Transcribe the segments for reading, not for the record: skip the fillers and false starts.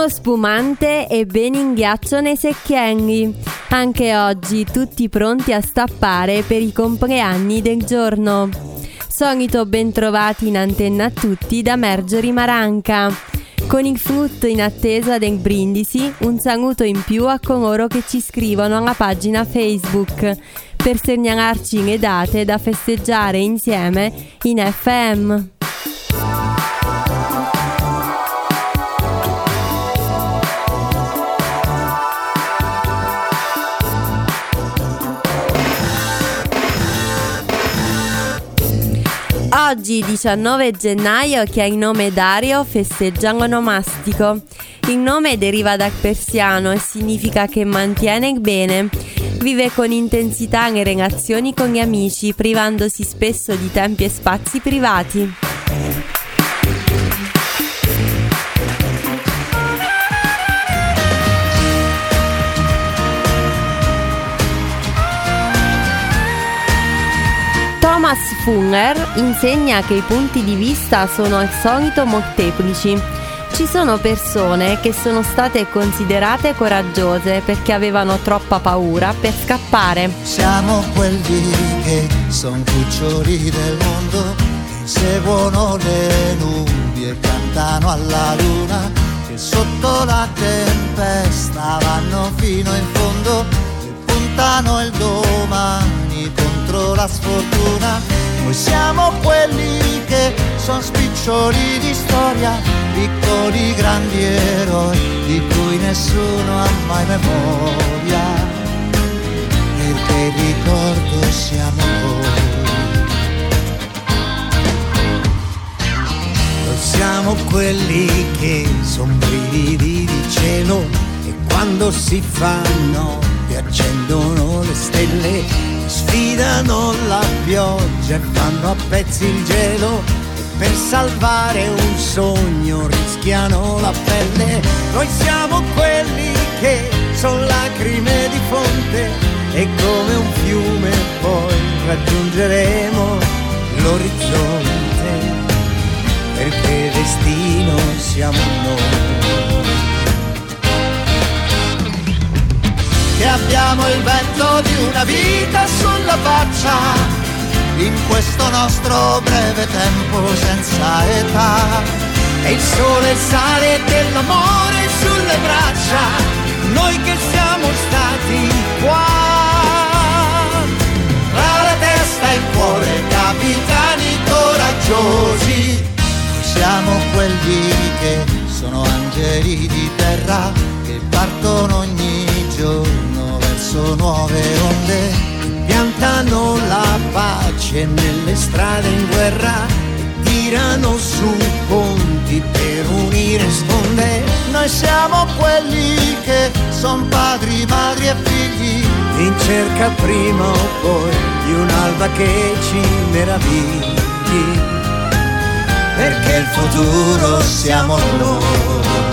Sugo spumante e bene in ghiaccio nei secchielli. Anche oggi tutti pronti a stappare per i compleanni del giorno. Solito bentrovati in antenna a tutti da Marjorie Maranca. Con il frutto in attesa del brindisi, un saluto in più a coloro che ci scrivono alla pagina Facebook per segnalarci le date da festeggiare insieme in FM. Oggi 19 gennaio, chi ha il nome Dario festeggia l'onomastico. Il nome deriva dal persiano e significa che mantiene il bene. Vive con intensità le relazioni con gli amici, privandosi spesso di tempi e spazi privati. Thomas Fuller insegna che i punti di vista sono al solito molteplici. Ci sono persone che sono state considerate coraggiose perché avevano troppa paura per scappare. Siamo quelli che sono cuccioli del mondo, che seguono le nubi e cantano alla luna, che sotto la tempesta vanno fino in fondo e puntano il domani contro la sfortuna. Noi siamo quelli che sono spiccioli di storia, piccoli grandi eroi di cui nessuno ha mai memoria, perché il ricordo siamo noi. Noi siamo quelli che sono brividi di cielo e quando si fanno e accendono le stelle, sfidano la pioggia e fanno a pezzi il gelo, e per salvare un sogno rischiano la pelle. Noi siamo quelli che sono lacrime di fonte e come un fiume poi raggiungeremo l'orizzonte, perché destino siamo noi. Che abbiamo il vento di una vita sulla faccia, in questo nostro breve tempo senza età, e il sole sale dell'amore sulle braccia, noi che siamo stati qua, tra la testa e il cuore, capitani coraggiosi. Noi siamo quelli che sono angeli di terra, che partono ogni giorno verso nuove onde, piantano la pace nelle strade in guerra, tirano su ponti per unire sponde. Noi siamo quelli che son padri, madri e figli, in cerca prima o poi di un'alba che ci meravigli, perché il futuro siamo noi.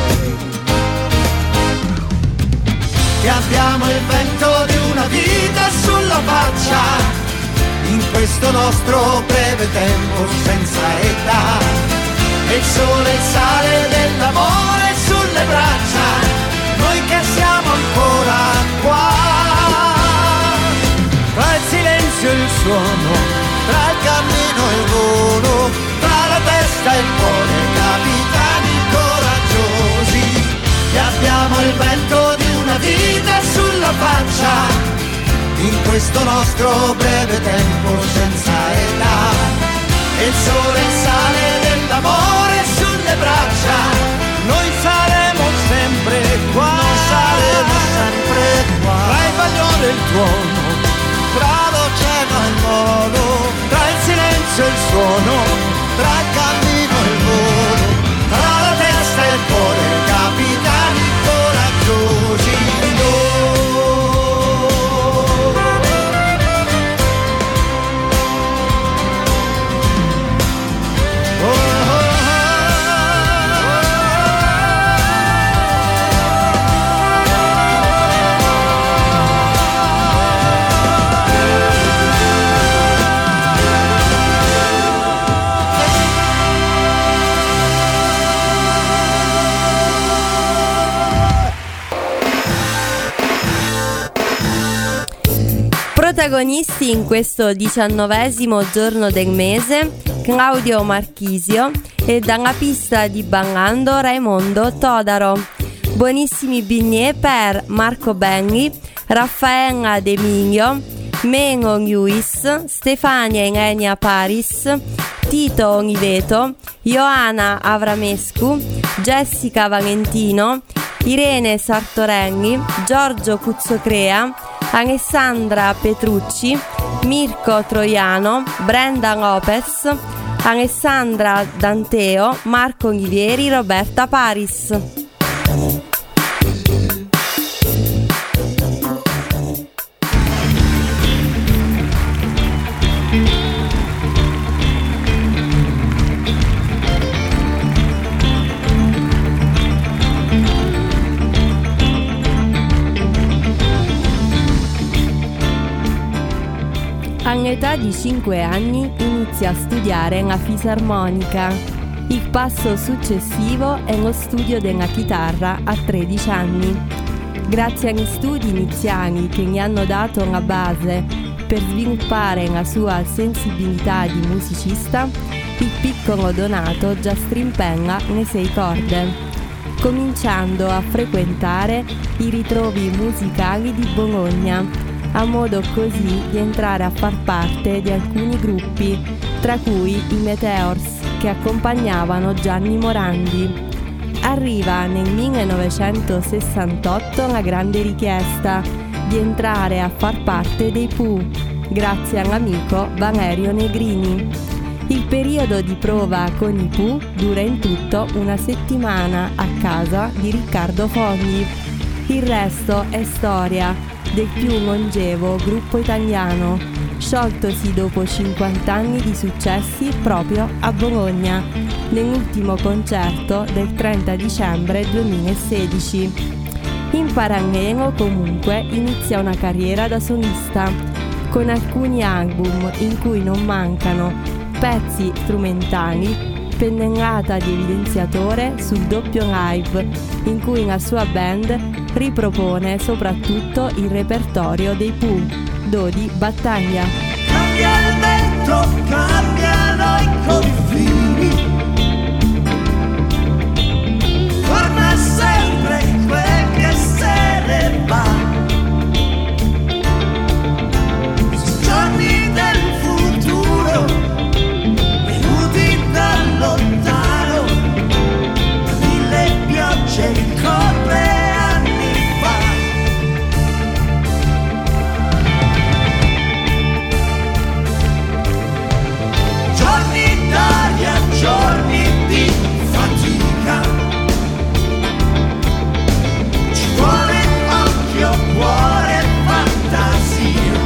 Che abbiamo il vento di una vita sulla faccia, in questo nostro breve tempo senza età, e il sole sale dell'amore sulle braccia, noi che siamo ancora qua, tra il silenzio e il suono, tra il cammino e il volo, tra la testa e il cuore, capitani coraggiosi. Che abbiamo il vento di una vita sulla faccia, in questo nostro breve tempo senza età, e il sole sale dell'amore sulle braccia, noi saremo sempre qua, saremo sempre qua, tra il bagliore e il tuono, tra l'oceano e il molo, tra il silenzio e il suono, tra il cammino e il volo, tra la testa e il cuore, capitani coraggiosi. Protagonisti in questo 19° giorno del mese Claudio Marchisio e dalla pista di ballando Raimondo Todaro. Buonissimi bignè per Marco Benli, Raffaella De Miglio, Meno Lewis, Stefania Elenia Paris, Tito Oliveto, Ioana Avramescu, Jessica Valentino, Irene Sartorelli, Giorgio Cuzzocrea, Alessandra Petrucci, Mirko Troiano, Brenda Lopez, Alessandra Danteo, Marco Olivieri, Roberta Paris. All'età di 5 anni inizia a studiare la fisarmonica. Il passo successivo è lo studio della chitarra a 13 anni. Grazie agli studi iniziali che gli hanno dato la base per sviluppare la sua sensibilità di musicista, il piccolo Donato già strimpella le 6 corde, cominciando a frequentare i ritrovi musicali di Bologna, a modo così di entrare a far parte di alcuni gruppi, tra cui i Meteors, che accompagnavano Gianni Morandi. Arriva nel 1968 la grande richiesta di entrare a far parte dei Pooh, grazie all'amico Valerio Negrini. Il periodo di prova con i Pooh dura in tutto una settimana a casa di Riccardo Fogli. Il resto è storia del più longevo gruppo italiano, scioltosi dopo 50 anni di successi proprio a Bologna, nell'ultimo concerto del 30 dicembre 2016. In parallelo, comunque, inizia una carriera da solista, con alcuni album in cui non mancano pezzi strumentali, pennellata di evidenziatore sul doppio live, in cui la sua band ripropone soprattutto il repertorio dei Pooh, Dodi Battaglia. Cambia il vento, cambiano i confini, torna sempre quel che se ne va. Sui giorni del futuro, venuti da lontano, mille piogge colpe. Giorni di fatica, ci vuole occhio, cuore, fantasia.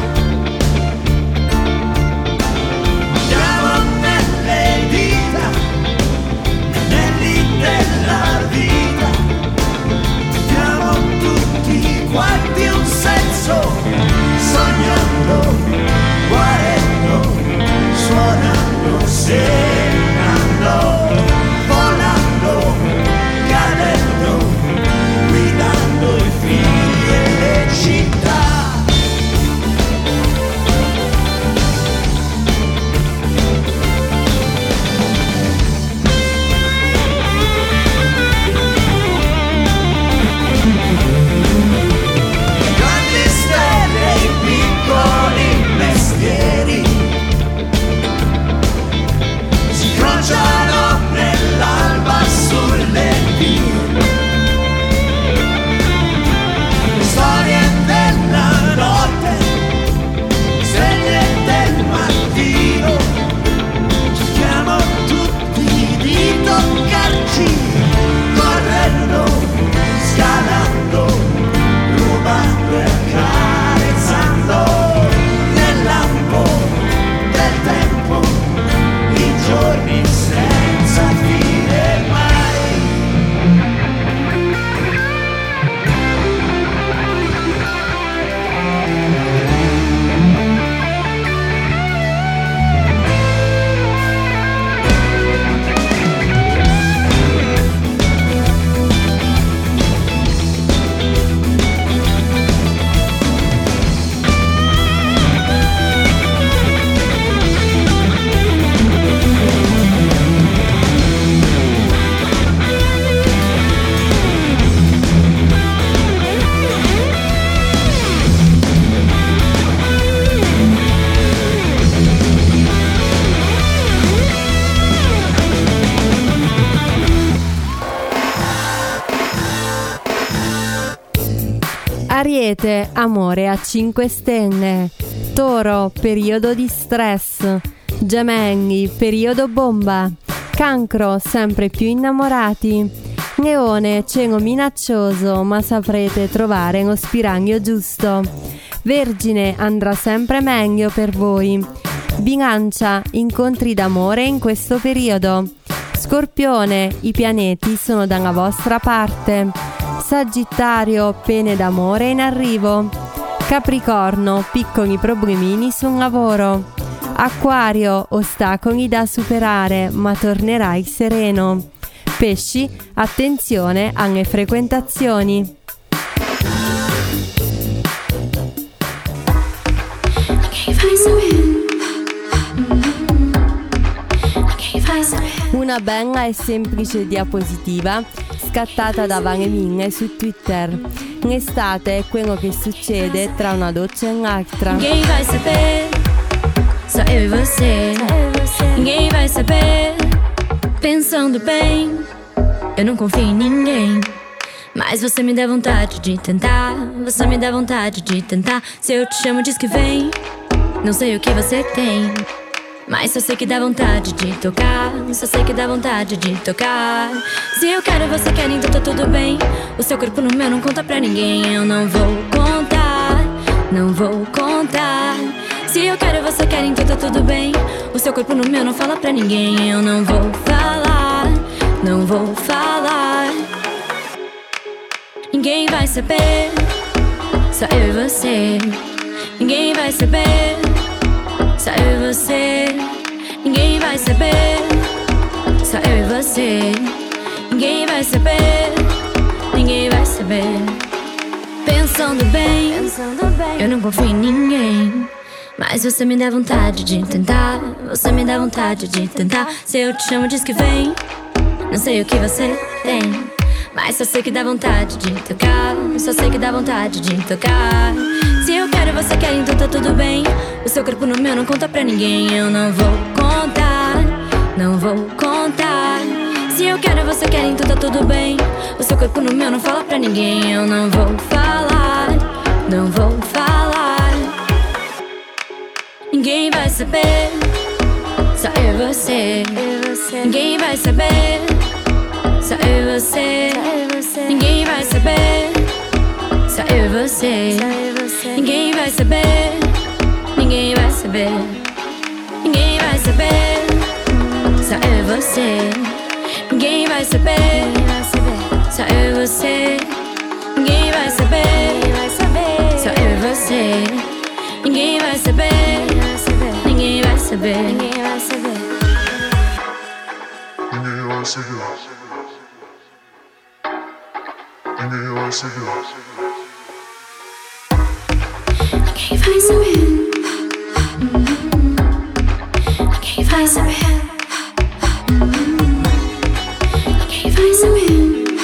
Andiamo nelle dita, anelli della vita, diamo tutti quanti un senso, sognando, guarendo, suonando, volando, cadendo, guidando i figli e le città. Grandi stelle, i piccoli mestieri, Ariete, amore a 5 stelle. Toro, periodo di stress. Gemelli, periodo bomba. Cancro, sempre più innamorati. Leone, cielo minaccioso, ma saprete trovare lo spiraglio giusto. Vergine, andrà sempre meglio per voi. Bilancia, incontri d'amore in questo periodo. Scorpione, i pianeti sono dalla vostra parte. Sagittario, pene d'amore in arrivo. Capricorno, piccoli problemini sul lavoro. Acquario, ostacoli da superare, ma tornerai sereno. Pesci, attenzione alle frequentazioni. Una bella e semplice diapositiva scattata da Vale Mille su Twitter. L'estate è quello che succede tra una doccia e l'altra. Ninguém vai saber, só eu e você. Ninguém vai saber. Pensando bem, eu não confio em ninguém. Mas você me dá vontade de tentar. Você me dá vontade de tentar. Se eu te chamo, diz que vem. Não sei o que você tem, mas só sei que dá vontade de tocar. Só sei que dá vontade de tocar. Se eu quero, você quer, então tá tudo bem. O seu corpo no meu não conta pra ninguém. Eu não vou contar, não vou contar. Se eu quero, você quer, então tá tudo bem. O seu corpo no meu não fala pra ninguém. Eu não vou falar, não vou falar. Ninguém vai saber, só eu e você. Ninguém vai saber, só eu e você. Ninguém vai saber, só eu e você. Ninguém vai saber, ninguém vai saber. Pensando bem, eu não confio em ninguém. Mas você me dá vontade de tentar. Você me dá vontade de tentar. Se eu te chamo, diz que vem. Não sei o que você tem, mas só sei que dá vontade de tocar. Só sei que dá vontade de tocar. Se eu quero, você quer, então tá tudo bem. O seu corpo no meu não conta pra ninguém. Eu não vou contar, não vou contar. Se eu quero, você quer, então tá tudo bem. O seu corpo no meu não fala pra ninguém. Eu não vou falar, não vou falar. Ninguém vai saber, só eu e você. Ninguém vai saber, só eu e você. Ninguém vai saber, só eu e você. Ninguém vai saber, ninguém vai saber. Ninguém vai saber, só eu e você. Ninguém vai saber, só eu e você. Ninguém vai saber, só eu e você. Ninguém vai saber, ninguém vai saber. Ninguém vai saber. Ninguém vai saber. Ninguém vai saber. Ninguém vai saber. Ninguém vai saber. Ninguém vai saber.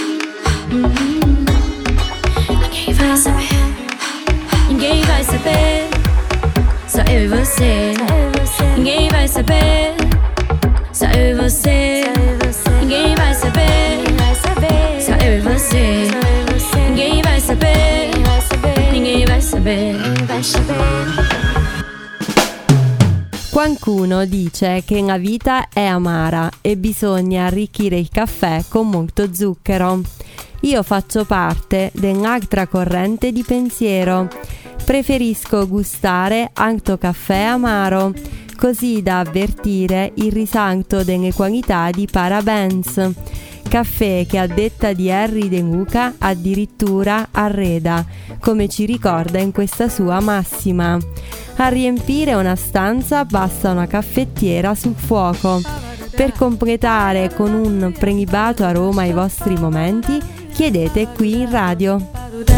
Ninguém vai saber. Ninguém vai saber. Só eu e você. Ninguém vai saber. Só eu e você. Ninguém vai saber. Só eu e você. Ninguém vai saber. Ninguém vai saber. Qualcuno dice che la vita è amara e bisogna arricchire il caffè con molto zucchero. Io faccio parte dell'altra corrente di pensiero. Preferisco gustare alto caffè amaro, così da avvertire il risalto delle qualità di Parabens. Caffè che, a detta di Harry De Luca, addirittura arreda, come ci ricorda in questa sua massima. A riempire una stanza basta una caffettiera sul fuoco. Per completare con un prelibato aroma i vostri momenti, chiedete qui in radio.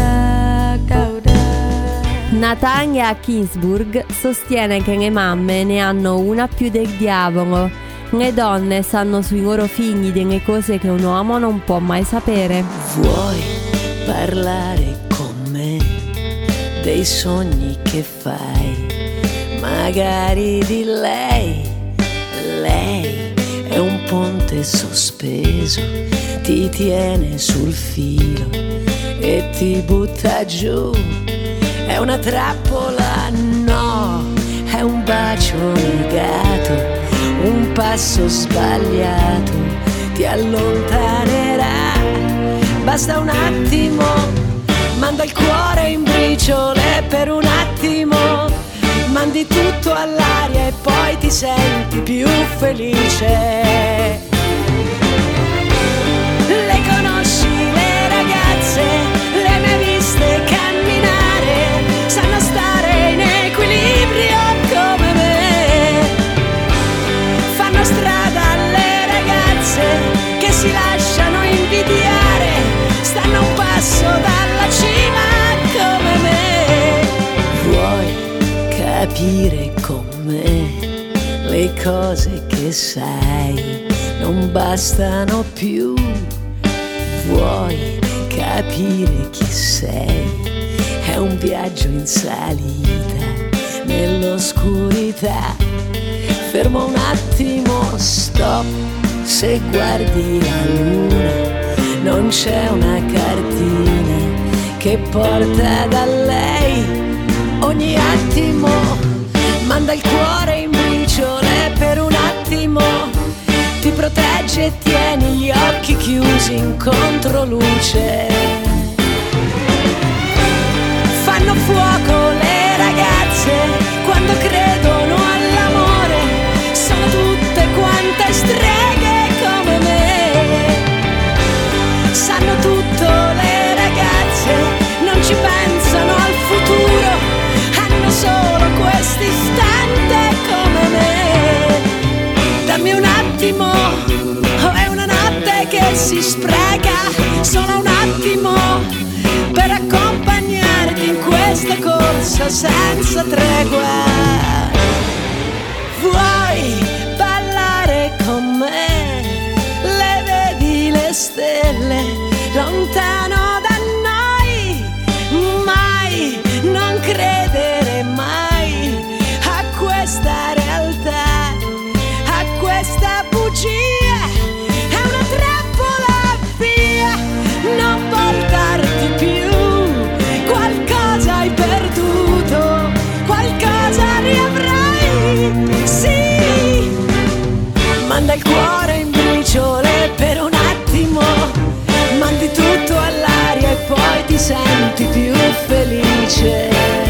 Natalia Kingsburg sostiene che le mamme ne hanno una più del diavolo. Le donne sanno sui loro figli delle cose che un uomo non può mai sapere. Vuoi parlare con me dei sogni che fai? Magari di lei. Lei è un ponte sospeso, ti tiene sul filo e ti butta giù. una trappola, no, è un bacio negato, un passo sbagliato ti allontanerà. Basta un attimo, manda il cuore in briciole per un attimo, mandi tutto all'aria e poi ti senti più felice. Le conosci le ragazze, le hai mai viste camminare, sanno stare in equilibrio come me. Fanno strada le ragazze che si lasciano invidiare, stanno un passo dalla cima come me. Vuoi capire con me le cose che sai non bastano più? Vuoi capire chi sei? È un viaggio in salita nell'oscurità. Fermo un attimo, stop. Se guardi la luna non c'è una cartina che porta da lei. Ogni attimo manda il cuore in briciole per un attimo, ti protegge e tieni gli occhi chiusi in controluce. Fanno fuoco le ragazze quando credono all'amore, sono tutte quante streghe come me. Sanno tutto le ragazze, non ci pensano al futuro, hanno solo questo istante come me. Dammi un attimo, oh, è una notte che si spreca, solo un attimo per accompagnarti in questa corsa senza tregua. Vuoi ballare con me? Le vedi le stelle lontano da noi? Mai, non credere mai a questa realtà, a questa bugia, è una trappola, via, non voltarti più, qualcosa hai perduto, qualcosa riavrai, sì. Manda il cuore in briciole per un attimo, mandi tutto all'aria e poi ti senti più felice.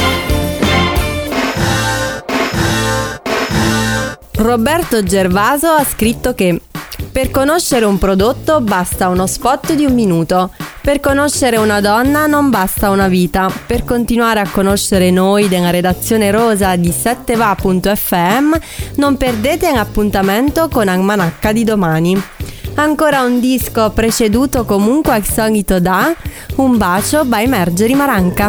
Roberto Gervaso ha scritto che per conoscere un prodotto basta uno spot di 1 minuto, per conoscere una donna non basta una vita. Per continuare a conoscere noi della redazione rosa di 7va.fm non perdete un appuntamento con Almanacca di domani. Ancora un disco preceduto comunque al solito da Un bacio by Marjorie Maranca.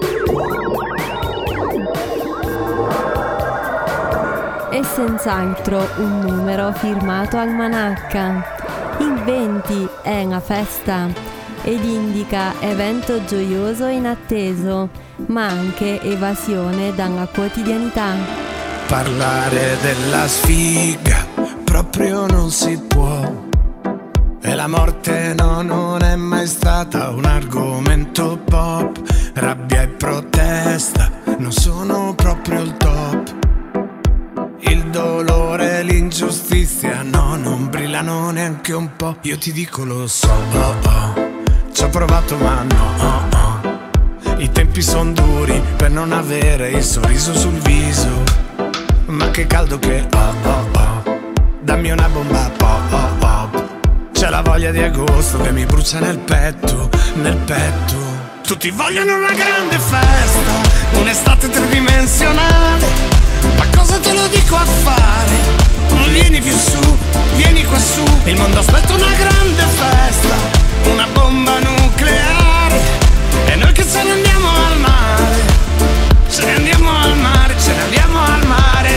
E senz'altro un numero firmato Almanacca. Il 20 è una festa ed indica evento gioioso e inatteso, ma anche evasione dalla quotidianità. Parlare della sfiga proprio non si può, e la morte no, non è mai stata un argomento pop. Rabbia e protesta non sono proprio il top. Il dolore e l'ingiustizia no, non brillano neanche un po'. Io ti dico lo so, oh, oh. Ci ho provato ma no, oh, oh. I tempi son duri per non avere il sorriso sul viso. Ma che caldo che ho, oh, oh. Dammi una bomba pop, oh, oh. C'è la voglia di agosto che mi brucia nel petto, nel petto. Tutti vogliono una grande festa, un'estate tridimensionale. Ma cosa te lo dico a fare? Non vieni più su, vieni qua su. Il mondo aspetta una grande festa, una bomba nucleare. E noi che ce ne andiamo al mare, ce ne andiamo al mare, ce ne andiamo al mare.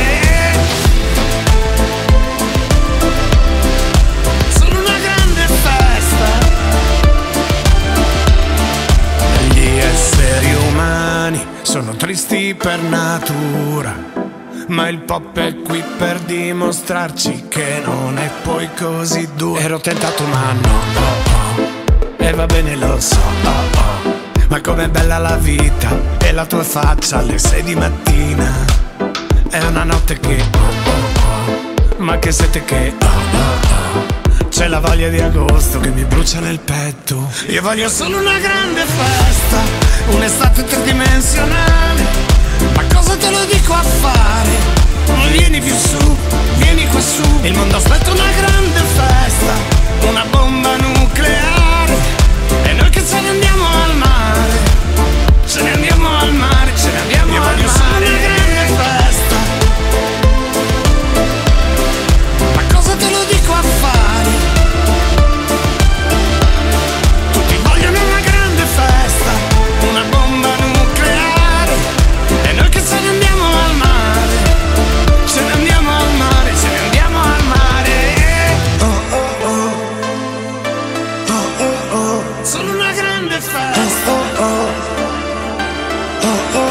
Sono una grande festa. Gli esseri umani sono tristi per natura, ma il pop è qui per dimostrarci che non è poi così duro. Ero tentato ma no, oh, oh. E va bene lo so, oh, oh. Ma com'è bella la vita e la tua faccia alle 6 di mattina. È una notte che ma che sete che c'è la voglia di agosto che mi brucia nel petto. Io voglio solo una grande festa, un'estate tridimensionale. Ma cosa te lo dico a fare? Non vieni più su, vieni qua su. Il mondo aspetta una grande festa, una bomba nucleare. E noi che ce ne andiamo al mare, ce ne andiamo al mare, ce ne andiamo al mare. Io voglio solo una grande festa. Ma cosa te lo dico a fare? Tutti vogliono una grande festa, una bomba nucleare. E noi che ce ne andiamo al mare, ce ne andiamo al mare, ce ne andiamo al mare. Oh oh oh, oh oh oh, solo una grande festa. Oh oh oh, oh oh.